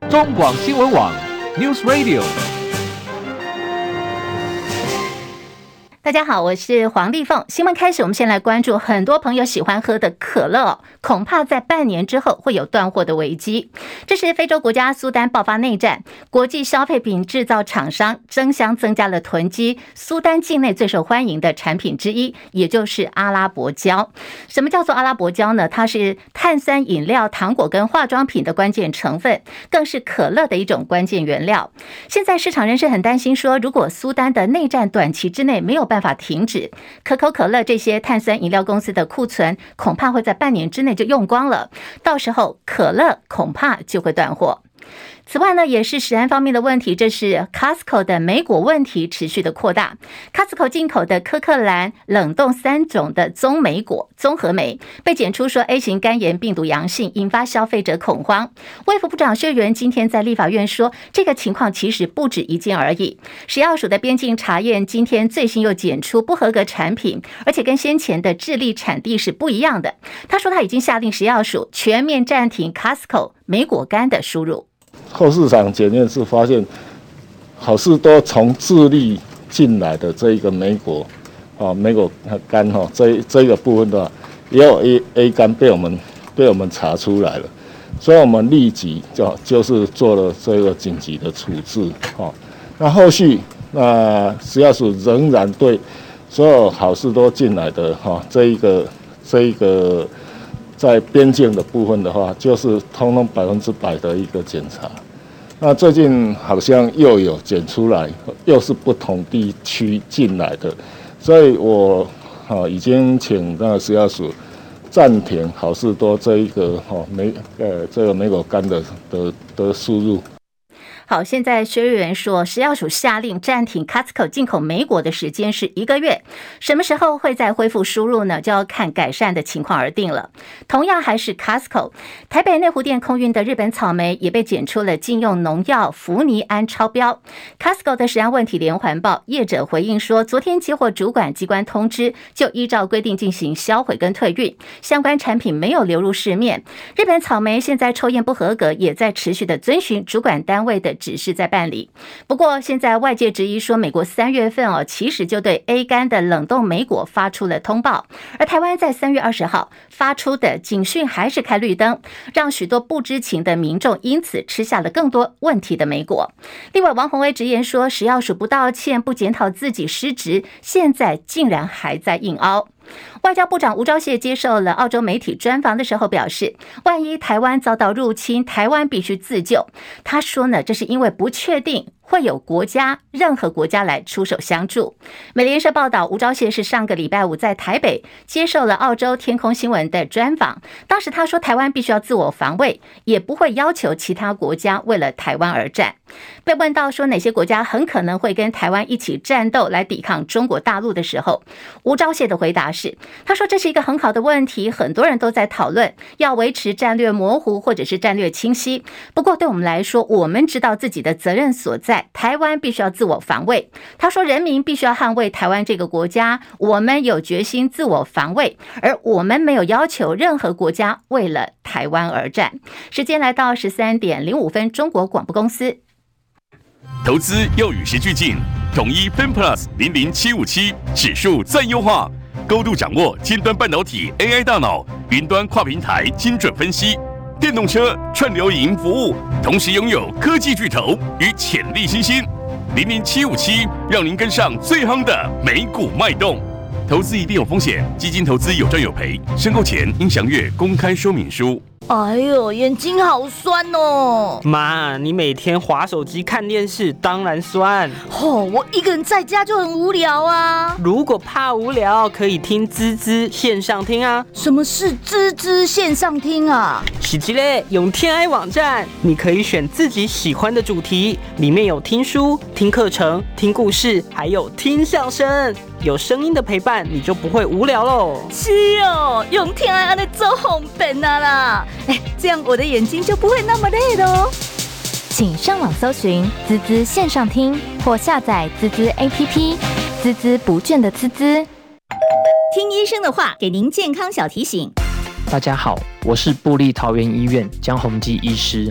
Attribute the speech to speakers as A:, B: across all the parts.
A: 中广新闻网 News Radio。
B: 大家好，我是黄丽凤。新闻开始，我们先来关注很多朋友喜欢喝的可乐，恐怕在半年之后会有断货的危机。这是非洲国家苏丹爆发内战，国际消费品制造厂商争相增加了囤积苏丹境内最受欢迎的产品之一，也就是阿拉伯胶。什么叫做阿拉伯胶呢？它是碳酸饮料、糖果跟化妆品的关键成分，更是可乐的一种关键原料。现在市场人士很担心说，如果苏丹的内战短期之内没有办法停止，可口可乐这些碳酸饮料公司的库存恐怕会在半年之内就用光了，到时候可乐恐怕就会断货。此外呢，也是食安方面的问题，这是 Costco 的莓果问题持续的扩大。Costco 进口的科克兰冷冻3种的棕莓果综合莓被检出说 A 型肝炎病毒阳性，引发消费者恐慌。卫福部长薛元今天在立法院说，这个情况其实不止一件而已。食药署的边境查验今天最新又检出不合格产品，而且跟先前的智利产地是不一样的。他说他已经下令食药署全面暂停 Costco 莓果干的输入。
C: 后市场检验是发现，好事多从智利进来的这一个莓果干这个部分的话，也有 A 肝被我们查出来了，所以我们立即就是做了这个紧急的处置。那后续食药署仍然对所有好事多进来的这一个。在边境的部分的话，就是通通100%的一个检查。那最近好像又有检出来，又是不同地区进来的，所以我已经请那个食药署暂停好事多这一个这个莓果干的输入。
B: 好，现在薛瑞元说，食药署下令暂停 Costco 进口莓果的时间是1个月，什么时候会再恢复输入呢？就要看改善的情况而定了。同样还是 Costco， 台北内湖店空运的日本草莓也被检出了禁用农药氟尼胺超标。Costco 的食安问题连环报，业者回应说，昨天接获主管机关通知，就依照规定进行销毁跟退运，相关产品没有流入市面。日本草莓现在抽验不合格，也在持续的遵循主管单位的指示在办理。不过现在外界质疑说，美国3月份其实就对 A 肝的冷冻莓果发出了通报，而台湾在3月20号发出的警讯还是开绿灯，让许多不知情的民众因此吃下了更多问题的莓果。另外王宏威直言说，食药署不道歉不检讨自己失职，现在竟然还在硬凹。外交部长吴钊燮接受了澳洲媒体专访的时候表示，万一台湾遭到入侵，台湾必须自救。他说呢，这是因为不确定会有任何国家来出手相助。美联社报道，吴钊燮是上个礼拜5在台北接受了澳洲天空新闻的专访，当时他说台湾必须要自我防卫，也不会要求其他国家为了台湾而战。被问到说哪些国家很可能会跟台湾一起战斗来抵抗中国大陆的时候，吴钊燮的回答是，他说这是一个很好的问题，很多人都在讨论要维持战略模糊或者是战略清晰，不过对我们来说，我们知道自己的责任所在，台湾必须要自我防卫。他说人民必须要捍卫台湾这个国家，我们有决心自我防卫，而我们没有要求任何国家为了台湾而战。时间来到13点05分，中国广播公司。
D: 投资要与时俱进，统一 FinPlus 00757指数再优化，高度掌握尖端半导体 AI 大脑、云端跨平台精准分析、电动车串流影音服务，同时拥有科技巨头与潜力新兴。00757让您跟上最夯的美股脉动。投资一定有风险，基金投资有赚有赔，申购前应详阅公开说明书。
E: 哎呦，眼睛好酸哦！
F: 妈，你每天滑手机看电视，当然酸。
E: 我一个人在家就很无聊啊。
F: 如果怕无聊，可以听滋滋线上听啊。
E: 什么是滋滋线上听啊？
F: 是这类用天爱网站，你可以选自己喜欢的主题，里面有听书、听课程、听故事，还有听相声。有声音的陪伴，你就不会无聊喽。
E: 是哦，用天爱安尼做方便啊啦。这样我的眼睛就不会那么累咯。
G: 请上网搜寻滋滋线上听，或下载滋滋 APP， 滋滋不倦的滋滋。
E: 听医生的话，给您健康小提醒。
H: 大家好，我是部立桃园医院江宏基医师。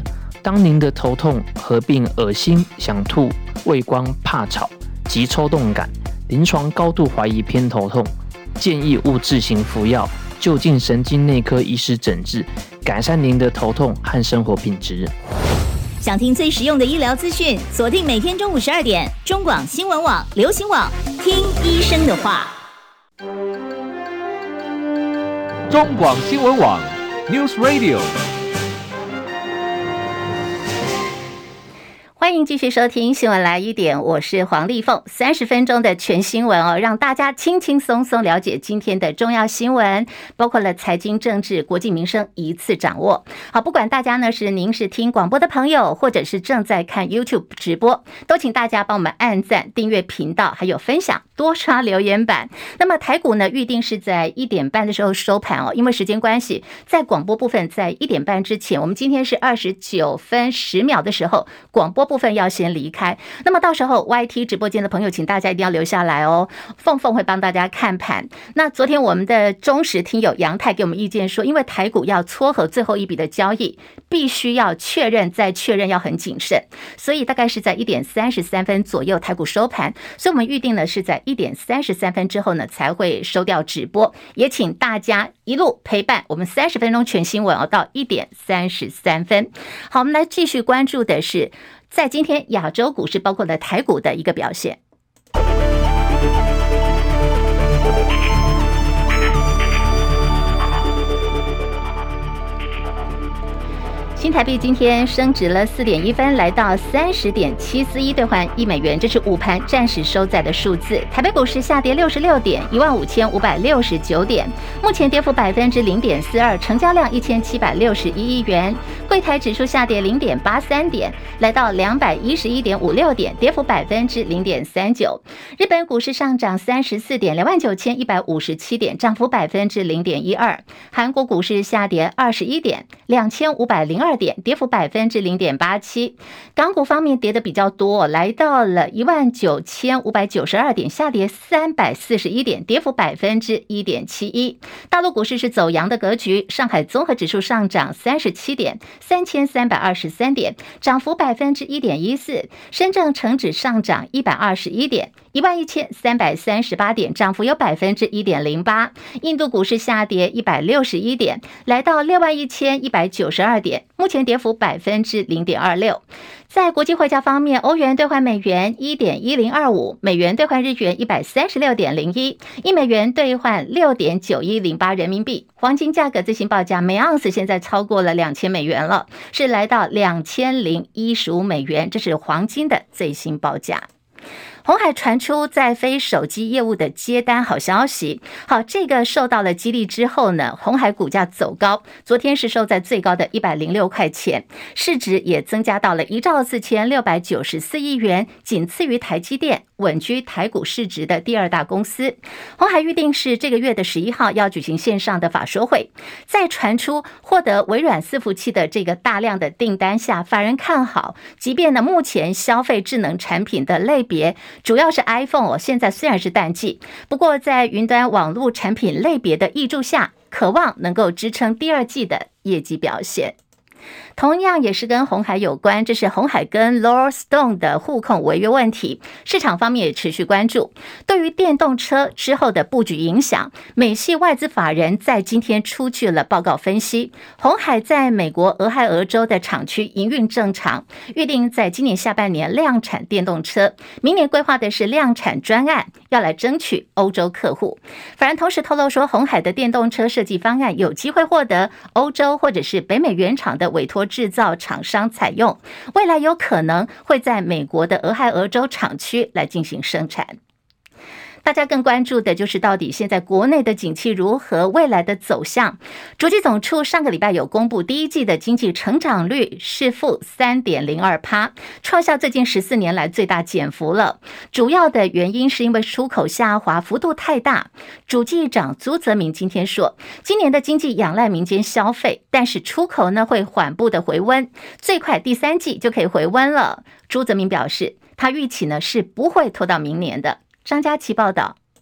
H: 当您的头痛合并恶心、想吐、畏光、怕吵及抽动感，临床高度怀疑偏头痛，建议勿自行服药，就近神经内科医师诊治，改善您的头痛和生活品质。
E: 想听最实用的医疗资讯，锁定每天中午12点，中广新闻网、流行网，听医生的话。
A: 中广新闻网 News Radio。
B: 欢迎继续收听新闻来一点，我是黄丽凤。30分钟的全新闻哦，让大家轻轻松松了解今天的重要新闻，包括了财经、政治、国际民生一次掌握。好，不管大家呢您是听广播的朋友，或者是正在看 YouTube 直播，都请大家帮我们按赞、订阅频道，还有分享，多刷留言板。那么台股呢，预定是在1点半的时候收盘哦，因为时间关系，在广播部分在1点半之前，我们今天是29分10秒的时候，广播部分要先离开。那么到时候 YT 直播间的朋友，请大家一定要留下来哦。凤凤会帮大家看盘。那昨天我们的忠实听友杨太给我们意见说，因为台股要撮合最后一笔的交易，必须要确认再确认，要很谨慎，所以大概是在1点33分左右台股收盘，所以我们预定呢是在1点33分之后呢才会收掉直播，也请大家一路陪伴我们30分钟全新闻哦，到1点33分。好，我们来继续关注的是在今天亚洲股市包括了台股的一个表现。新台币今天升值了4.1分，来到30.741兑换1美元，这是午盘暂时收在的数字。台北股市下跌66点，15569点，目前跌幅0.42%，成交量1761亿元。柜台指数下跌0.83点，来到211.56点，跌幅0.39%。日本股市上涨34点，29157点，涨幅0.12%。韩国股市下跌21点，2502点，跌幅0.87%。港股方面跌的比较多，来到了19592点，下跌341点，跌幅1.71%。大陆股市是走阳的格局，上海综合指数上涨37点，3323点，涨幅1.14%。深圳成指上涨121点，11338点，涨幅有1.08%。印度股市下跌161点，来到61192点，目前跌幅0.26%。在国际汇价方面，欧元兑换美元1.1025，美元兑换日元136.01，一美元兑换6.9108人民币。黄金价格最新报价每盎司现在超过了2000美元了，是来到2015美元，这是黄金的最新报价。鸿海传出在非手机业务的接单好消息，好，这个受到了激励之后呢，鸿海股价走高，昨天是收在最高的106块钱，市值也增加到了14694亿元，仅次于台积电，稳居台股市值的第2大公司。鸿海预定是这个月的11号要举行线上的法说会，在传出获得微软伺服器的这个大量的订单下，法人看好，即便呢目前消费智能产品的类别主要是 iPhone 现在虽然是淡季，不过在云端网络产品类别的挹注下，可望能够支撑第2季的业绩表现。同样也是跟鸿海有关，这是鸿海跟 Lordstone 的互控违约问题，市场方面也持续关注。对于电动车之后的布局影响，美系外资法人在今天出具了报告分析。鸿海在美国俄亥俄州的厂区营运正常，预定在今年下半年量产电动车，明年规划的是量产专案，要来争取欧洲客户。法人同时透露说，鸿海的电动车设计方案有机会获得欧洲或者是北美原厂的委托制造厂商采用，未来有可能会在美国的俄亥俄州厂区来进行生产。大家更关注的就是到底现在国内的景气如何，未来的走向。主计总处上个礼拜有公布第1季的经济成长率是负 3.02%， 创下最近14年来最大减幅了。主要的原因是因为出口下滑幅度太大。主计长朱泽民今天说，今年的经济仰赖民间消费，但是出口呢会缓步的回温，最快第3季就可以回温了。朱泽民表示，他预期呢是不会拖到明年的。张佳琪报道。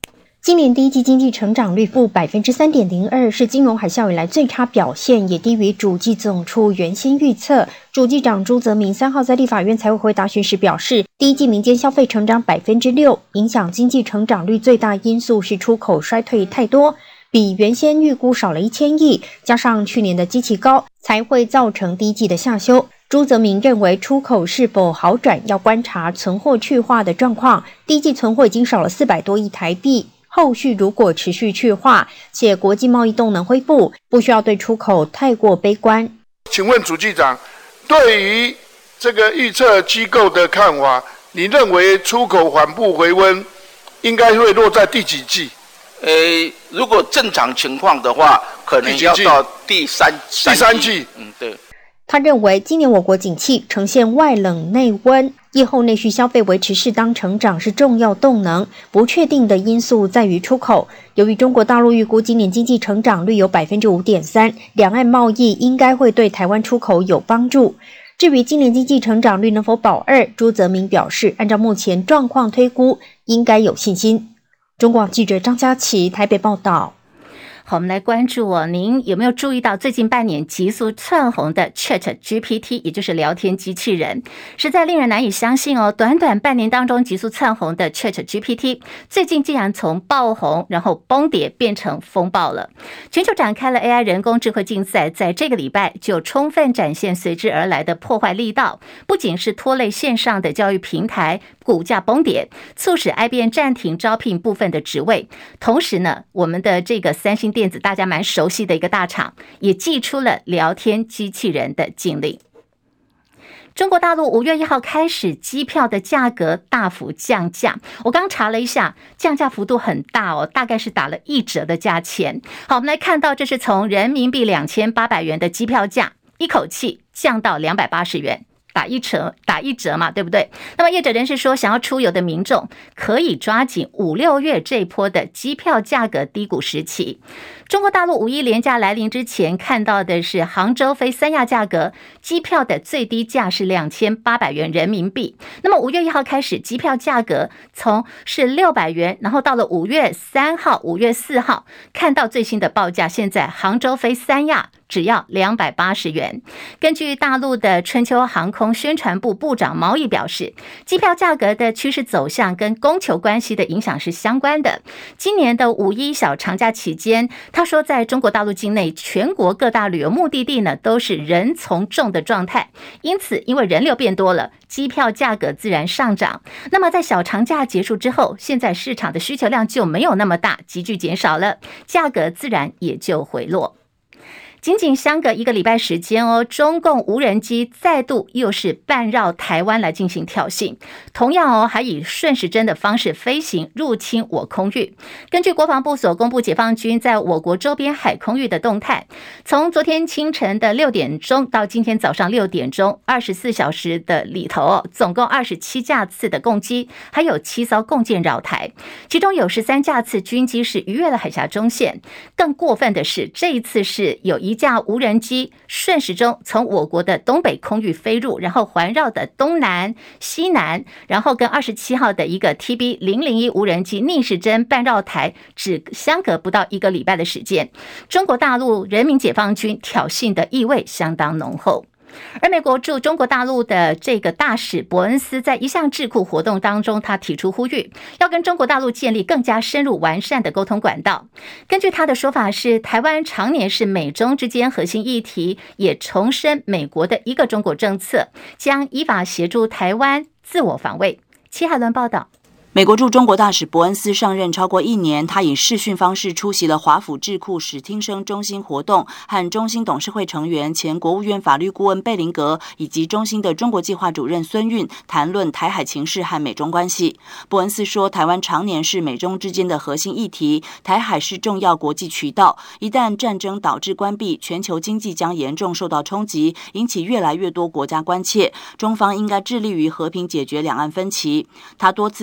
I: 今年第一季经济成长率负 3.02%， 是金融海啸以来最差表现，也低于主计总处原先预测。主计长朱泽民3号在立法院财委会答询时表示，第一季民间消费成长 6%， 影响经济成长率最大因素是出口衰退太多，比原先预估少了1000亿，加上去年的基期高，才会造成第一季的下修。朱泽民认为出口是否好转要观察存货去化的状况，第一季存货已经少了400多亿台币，后续如果持续去化，且国际贸易动能恢复，不需要对出口太过悲观。
J: 请问主计长，对于这个预测机构的看法，你认为出口缓步回温应该会落在第几季？
K: 如果正常情况的话，可能要到第三季。对。
I: 他认为今年我国景气呈现外冷内温，疫后内需消费维持适当成长是重要动能，不确定的因素在于出口。由于中国大陆预估今年经济成长率有 5.3%， 两岸贸易应该会对台湾出口有帮助。至于今年经济成长率能否保2，朱泽民表示，按照目前状况推估，应该有信心。中广记者张佳琪台北报道。
B: 好，我们来关注您有没有注意到最近半年急速窜红的 ChatGPT， 也就是聊天机器人，实在令人难以相信短短半年当中急速窜红的 ChatGPT， 最近竟然从爆红然后崩跌变成风暴了。全球展开了 AI 人工智慧竞赛，在这个礼拜就充分展现随之而来的破坏力道，不仅是拖累线上的教育平台股价崩跌，促使 IBM 暂停招聘部分的职位，同时呢，我们的这个三星电子大家蛮熟悉的一个大厂，也祭出了聊天机器人的禁令。中国大陆5月1号开始，机票的价格大幅降价。我刚查了一下，降价幅度很大大概是打了1折的价钱。好，我们来看到，这是从人民币2800元的机票价，一口气降到280元。打一折嘛，对不对？那么业者人士说，想要出游的民众可以抓紧5、6月这一波的机票价格低谷时期。中国大陆5·1连假来临之前，看到的是杭州飞三亚价格，机票的最低价是2800元人民币。那么5月1号开始，机票价格从是600元，然后到了5月3号、5月4号，看到最新的报价，现在杭州飞三亚只要280元。根据大陆的春秋航空宣传部部长毛毅表示，机票价格的趋势走向跟供求关系的影响是相关的。今年的5·1小长假期间，他说在中国大陆境内全国各大旅游目的地呢都是人从众的状态，因此因为人流变多了，机票价格自然上涨。那么在小长假结束之后，现在市场的需求量就没有那么大，急剧减少了，价格自然也就回落。仅仅相隔1个礼拜时间中共无人机再度又是半绕台湾来进行挑衅，同样还以顺时针的方式飞行入侵我空域。根据国防部所公布解放军在我国周边海空域的动态，从昨天清晨的6点钟到今天早上6点钟，24小时的里头总共27架次的共机，还有7艘共舰扰台，其中有13架次军机是逾越了海峡中线。更过分的是，这一次是有一架无人机顺时钟从我国的东北空域飞入，然后环绕的东南西南，然后跟27号的一个 TB001 无人机逆时针半绕台，只相隔不到1个礼拜的时间。中国大陆人民解放军挑衅的意味相当浓厚。而美国驻中国大陆的这个大使伯恩斯在一项智库活动当中，他提出呼吁，要跟中国大陆建立更加深入完善的沟通管道。根据他的说法是，台湾常年是美中之间核心议题，也重申美国的一个中国政策，将依法协助台湾自我防卫。戚海伦报道。
L: 美国驻中国大使伯恩斯上任超过1年，他以视讯方式出席了华府智库史汀生中心活动，和中心董事会成员、前国务院法律顾问贝林格以及中心的中国计划主任孙运谈论台海情势和美中关系。伯恩斯说，台湾常年是美中之间的核心议题，台海是重要国际渠道，一旦战争导致关闭，全球经济将严重受到冲击，引起越来越多国家关切。中方应该致力于和平解决两岸分歧。他多次私下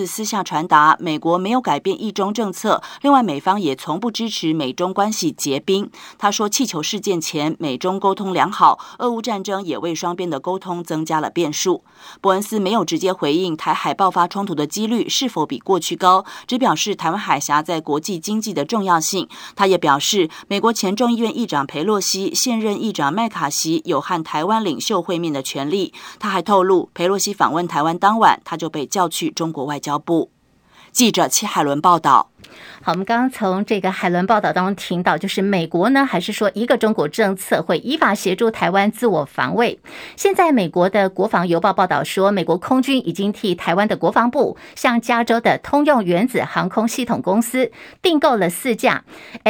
L: 下传达，美国没有改变一中政策，另外美方也从不支持美中关系结冰。他说，气球事件前美中沟通良好，俄乌战争也为双边的沟通增加了变数。伯恩斯没有直接回应台海爆发冲突的几率是否比过去高，只表示台湾海峡在国际经济的重要性。他也表示，美国前众议院议长裴洛西、现任议长麦卡锡有和台湾领袖会面的权利。他还透露，裴洛西访问台湾当晚，他就被叫去中国外交部。记者戚海伦报道。
B: 好，我们刚刚从这个海伦报道当中听到，就是美国呢，还是说一个中国政策会依法协助台湾自我防卫。现在美国的国防邮报报道说，美国空军已经替台湾的国防部向加州的通用原子航空系统公司订购了4架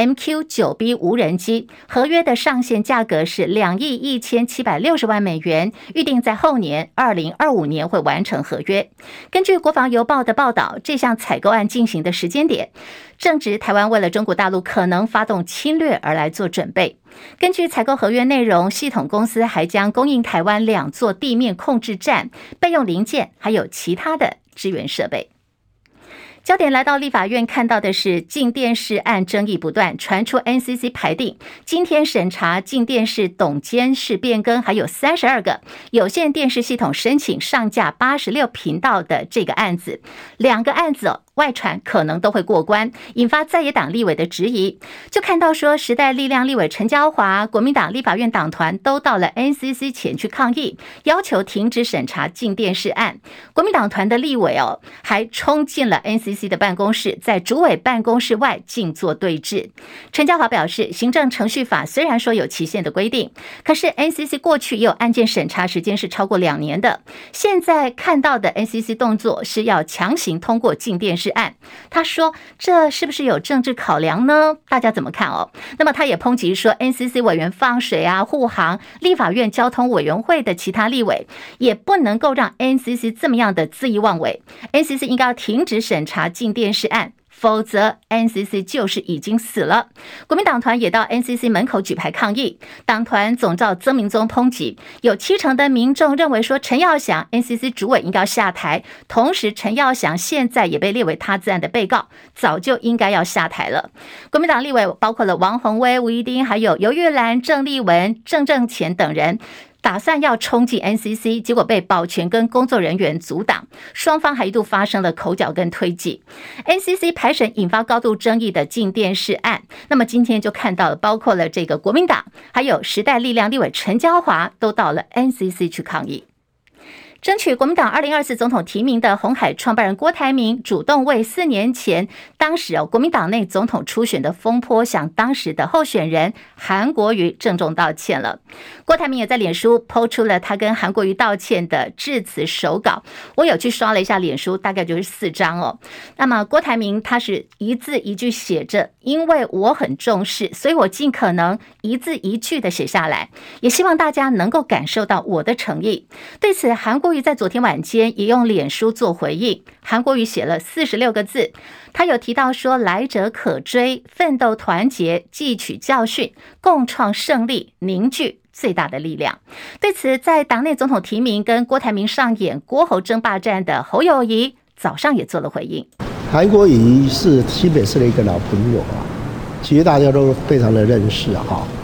B: MQ-9B 无人机，合约的上限价格是2亿1760万美元，预定在后年2025年会完成合约。根据国防邮报的报道，这项采购案进行的时间点正值台湾为了中国大陆可能发动侵略而来做准备。根据采购合约内容，系统公司还将供应台湾2座地面控制站、备用零件，还有其他的支援设备。焦点来到立法院，看到的是镜电视案争议不断，传出 NCC 排定今天审查镜电视董监事变更，还有32个有线电视系统申请上架86频道的这个案子，2个案子外传可能都会过关，引发在野党立委的质疑。就看到说，时代力量立委陈椒华、国民党立法院党团都到了 NCC 前去抗议，要求停止审查镜电视案。国民党团的立委还冲进了 NCC 的办公室，在主委办公室外静坐对峙。陈椒华表示，行政程序法虽然说有期限的规定，可是 NCC 过去也有案件审查时间是超过2年的，现在看到的 NCC 动作是要强行通过镜电视案。他说，这是不是有政治考量呢？大家怎么看那么他也抨击说， NCC 委员放水护航，立法院交通委员会的其他立委也不能够让 NCC 这么样的恣意妄为， NCC 应该要停止审查镜电视案，否则 NCC 就是已经死了。国民党团也到 NCC 门口举牌抗议，党团总召曾明宗抨击，有70%的民众认为说陈耀祥 NCC 主委应该要下台，同时陈耀祥现在也被列为他自案的被告，早就应该要下台了。国民党立委包括了王宏威、吴怡丁，还有游玉兰、郑丽文、郑正乾等人，打算要冲进 NCC， 结果被保全跟工作人员阻挡，双方还一度发生了口角跟推挤。NCC 排审引发高度争议的镜电视案，那么今天就看到了，包括了这个国民党还有时代力量立委陈椒华都到了 NCC 去抗议。争取国民党2024总统提名的鸿海创办人郭台铭主动为4年前当时国民党内总统初选的风波向当时的候选人韩国瑜郑重道歉了。郭台铭也在脸书 po 出了他跟韩国瑜道歉的致辞手稿，我有去刷了一下脸书，大概就是4张那么郭台铭他是一字一句写着，因为我很重视，所以我尽可能一字一句的写下来，也希望大家能够感受到我的诚意。对此，韩国瑜在昨天晚间也用脸书做回应，韩国瑜写了46个字，他有提到说，来者可追，奋斗团结，汲取教训，共创胜利，凝聚最大的力量。对此，在党内总统提名跟郭台铭上演郭侯争霸战的侯友宜早上也做了回应。
M: 韩国瑜是新北市的一个老朋友其实大家都非常的认识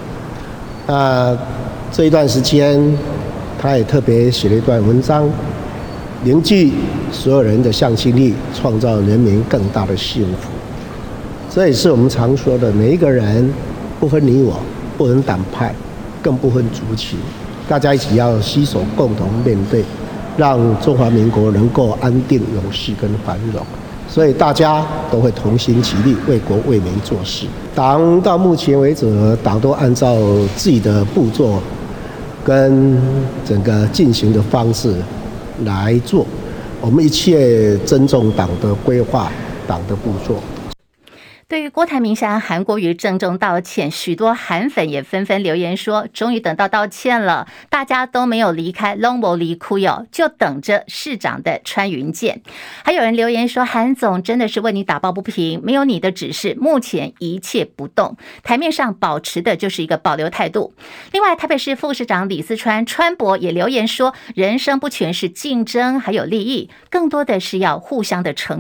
M: 这一段时间他也特别写了一段文章，凝聚所有人的向心力，创造人民更大的幸福。这也是我们常说的，每一个人不分你我，不分党派，更不分族群，大家一起要携手共同面对，让中华民国能够安定永续跟繁荣。所以大家都会同心齐力，为国为民做事。党到目前为止，党都按照自己的步骤跟整个进行的方式来做，我们一切尊重党的规划、党的步骤。
B: 对于郭台铭向韩国瑜郑重道歉，许多韩粉也纷纷留言说，终于等到道歉了，大家都没有离开，拢没离哭哟，就等着市长的穿云箭。还有人留言说，韩总真的是为你打抱不平，没有你的指示，目前一切不动，台面上保持的就是一个保留态度。另外，台北市副市长李四川川博也留言说，人生不全是竞争还有利益，更多的是要互相的成就，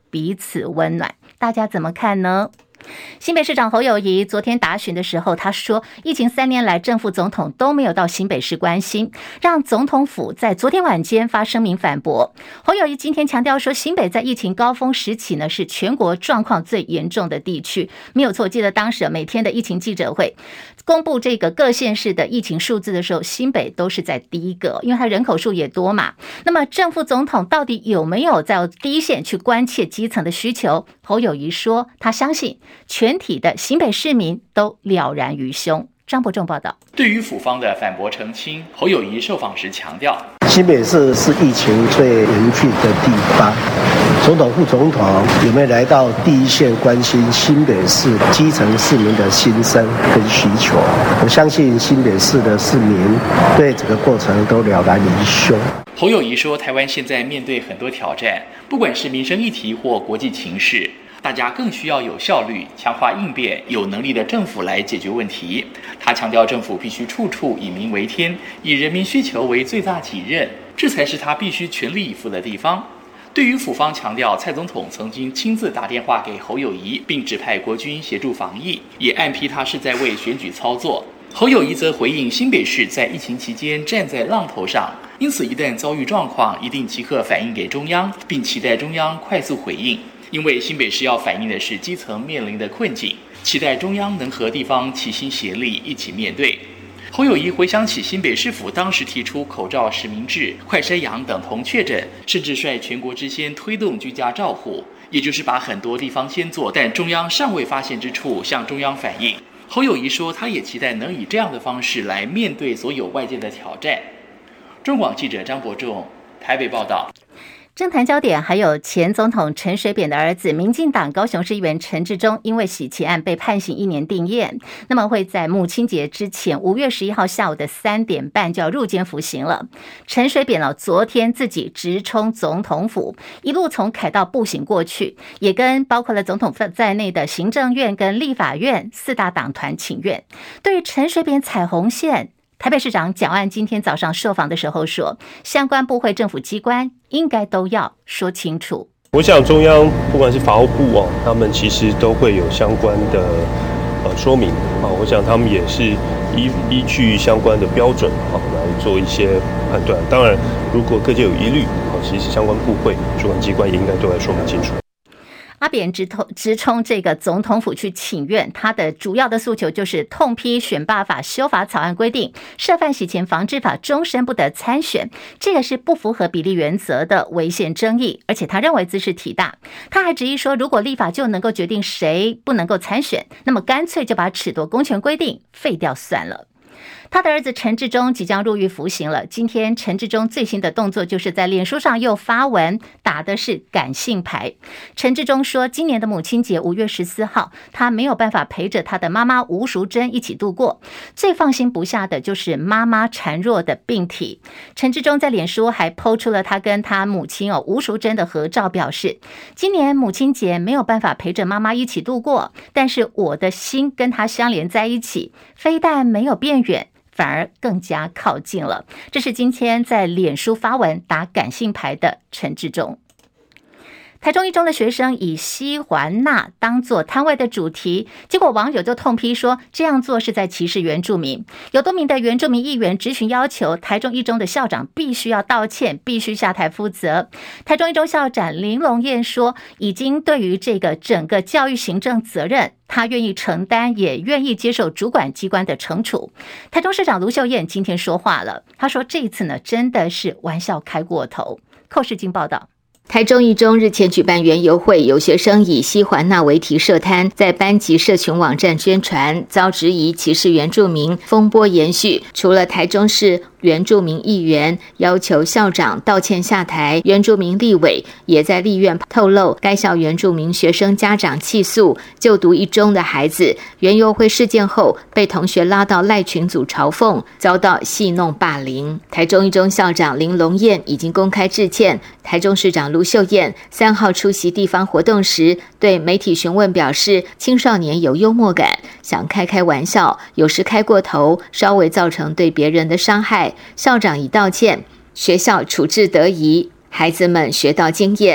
B: 彼此温暖。大家怎么看呢？新北市长侯友宜昨天答询的时候，他说疫情3年来正副总统都没有到新北市关心，让总统府在昨天晚间发声明反驳。侯友宜今天强调说，新北在疫情高峰时期呢是全国状况最严重的地区，没有错。记得当时每天的疫情记者会公布这个各县市的疫情数字的时候，新北都是在第一个，因为它人口数也多嘛。那么正副总统到底有没有在第一线去关切基层的需求？侯友宜说他相信全体的新北市民都了然于胸。张伯仲报道。
N: 对于府方的反驳澄清，侯友宜受访时强调，
M: 新北市是疫情最严峻的地方，总统、副总统有没有来到第一线关心新北市基层市民的心声跟需求？我相信新北市的市民对整个过程都了然于胸。
N: 侯友宜说，台湾现在面对很多挑战，不管是民生议题或国际情势，大家更需要有效率、强化应变、有能力的政府来解决问题。他强调，政府必须处处以民为天，以人民需求为最大己任，这才是他必须全力以赴的地方。对于府方强调，蔡总统曾经亲自打电话给侯友宜，并指派国军协助防疫，也暗批他是在为选举操作。侯友宜则回应，新北市在疫情期间站在浪头上，因此一旦遭遇状况，一定即刻反映给中央，并期待中央快速回应。因为新北市要反映的是基层面临的困境，期待中央能和地方齐心协力一起面对。侯友宜回想起新北市府当时提出口罩实名制、快筛阳等同确诊，甚至率全国之先推动居家照护，也就是把很多地方先做，但中央尚未发现之处向中央反映。侯友宜说，他也期待能以这样的方式来面对所有外界的挑战。中广记者张伯仲台北报道。
B: 政坛焦点还有前总统陈水扁的儿子，民进党高雄市议员陈致中，因为洗钱案被判刑1年定谳，那么会在母亲节之前5月11号下午的3点半就要入监服刑了。陈水扁昨天自己直冲总统府，一路从凯道步行过去，也跟包括了总统在内的行政院跟立法院4大党团请愿。对于陈水扁踩红线，台北市长蒋万安今天早上受访的时候说，相关部会政府机关应该都要说清楚。
O: 我想中央不管是法务部他们其实都会有相关的说明我想他们也是依据相关的标准来做一些判断。当然，如果各界有疑虑其实相关部会主管机关也应该都来说明清楚。
B: 阿扁直冲这个总统府去请愿，他的主要的诉求就是痛批选罢法修法草案规定，涉犯洗钱防治法终身不得参选，这个是不符合比例原则的违宪争议，而且他认为兹事体大。他还质疑说，如果立法就能够决定谁不能够参选，那么干脆就把褫夺公权规定废掉算了。他的儿子陈致中即将入狱服刑了。今天陈致中最新的动作就是在脸书上又发文，打的是感性牌。陈致中说，今年的母亲节5月14号，他没有办法陪着他的妈妈吴淑珍一起度过，最放心不下的就是妈妈孱弱的病体。陈致中在脸书还 po 出了他跟他母亲吴淑珍的合照，表示今年母亲节没有办法陪着妈妈一起度过，但是我的心跟她相连在一起，非但没有变远，反而更加靠近了。这是今天在脸书发文打感性牌的陈致中。台中一中的学生以西环钠当作摊位的主题，结果网友就痛批说，这样做是在歧视原住民。有多名的原住民议员质询要求台中一中的校长必须要道歉，必须下台负责。台中一中校长林龙燕说，已经对于这个整个教育行政责任，他愿意承担，也愿意接受主管机关的惩处。台中市长卢秀燕今天说话了，他说这一次呢，真的是玩笑开过头。寇世京报道。
P: 台中一中日前举办园游会，有学生以西环钠为题设摊，在班级社群网站宣传，遭质疑歧视原住民，风波延续。除了台中市原住民议员要求校长道歉下台，原住民立委也在立院透露，该校原住民学生家长气诉就读一中的孩子，园游会事件后被同学拉到赖群组嘲讽，遭到戏弄霸凌。台中一中校长林龙燕已经公开致歉。台中市长卢秀燕3号出席地方活动时，对媒体询问表示，青少年有幽默感，想开玩笑，有时开过头，稍微造成对别人的伤害。校长已道歉，学校处置得宜，孩子们学到经验。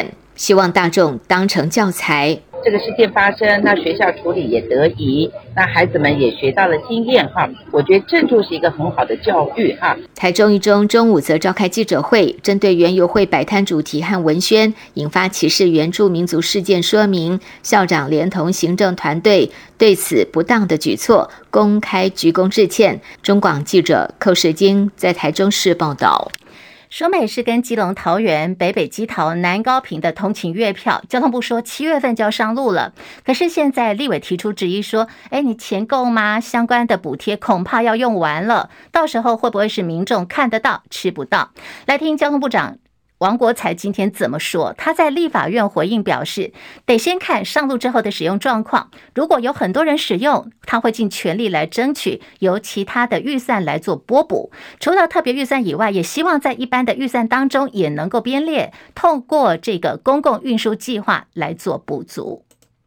P: 希望大众当成教材。
Q: 这个事件发生，那学校处理也得宜，那孩子们也学到了经验哈。我觉得这就是一个很好的教育哈。
P: 台中一中中午则召开记者会，针对园游会摆摊主题和文宣引发歧视原住民族事件说明，校长连同行政团队对此不当的举措公开鞠躬致歉。中广记者寇世京在台中市报道。
B: 双北市跟基隆桃园、北北基桃、南高屏的通勤月票，交通部说7月份就要上路了。可是现在立委提出质疑说，你钱够吗？相关的补贴恐怕要用完了，到时候会不会是民众看得到吃不到？来听交通部长王国材今天怎么说？他在立法院回应表示，得先看上路之后的使用状况，如果有很多人使用，他会尽全力来争取由其他的预算来做拨补。除了特别预算以外，也希望在一般的预算当中也能够编列，透过这个公共运输计划来做补足。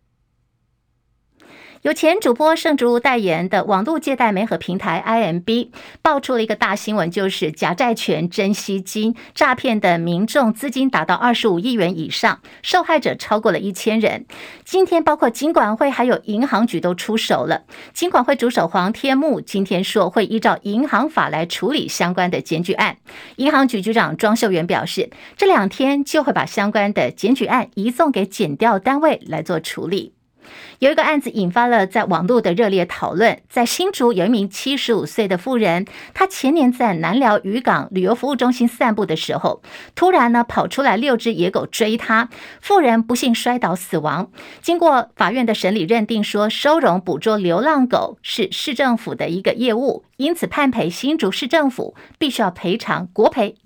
B: 有前主播盛竹如代言的网络借贷媒合平台 IMB 爆出了一个大新闻，就是假债权珍稀金诈骗的民众资金达到25亿元以上，受害者超过了1000人。今天包括金管会还有银行局都出手了。金管会主手黄天木今天说会依照银行法来处理相关的检举案。银行局局长庄秀元表示，这2天就会把相关的检举案移送给检调单位来做处理。有一个案子引发了在网络的热烈讨论，在新竹有一名75岁的妇人，她前年在南寮渔港旅游服务中心散步的时候，突然跑出来6只野狗追她，妇人不幸摔倒死亡。经过法院的审理认定说，收容捕捉流浪狗是市政府的一个业务，因此判赔新竹市政府必须要赔偿国赔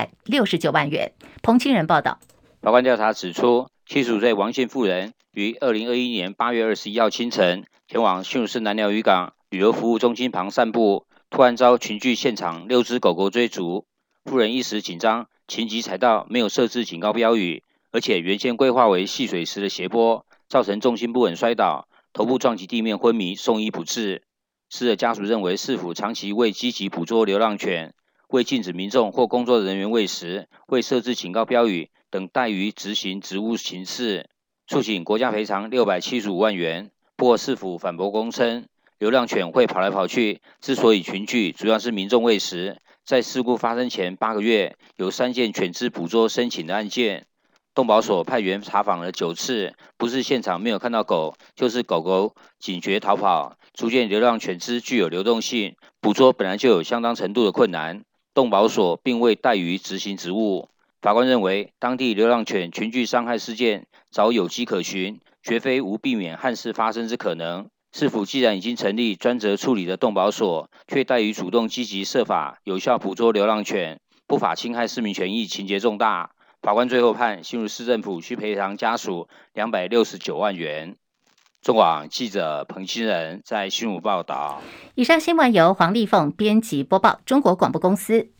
B: 269万元。彭清仁报道。
R: 法官调查指出，75岁王姓妇人于2021年8月21号清晨前往新竹市南寮渔港旅游服务中心旁散步，突然遭群聚现场6只狗狗追逐。妇人一时紧张，情急踩到没有设置警告标语，而且原先规划为戏水时的斜坡，造成重心不稳摔倒，头部撞击地面昏迷，送医不治。死者家属认为市府长期未积极捕捉流浪犬，未禁止民众或工作人员喂食，未设置警告标语等怠于执行职务行事，诉请国家赔偿675万元。不过市府反驳供称，流浪犬会跑来跑去，之所以群聚，主要是民众喂食。在事故发生前8个月，有3件犬只捕捉申请的案件，动保所派员查访了9次，不是现场没有看到狗，就是狗狗警觉逃跑。逐渐流浪犬只具有流动性，捕捉本来就有相当程度的困难，动保所并未怠于执行职务。法官认为，当地流浪犬群聚伤害事件早有迹可循，绝非无避免憾事发生之可能。市府既然已经成立专责处理的动保所，却怠于主动积极设法有效捕捉流浪犬，不法侵害市民权益，情节重大。法官最后判新竹市政府需赔偿家属269万元。中广记者彭清仁在新竹报道。
B: 以上新闻由黄丽凤编辑播报，中国广播公司。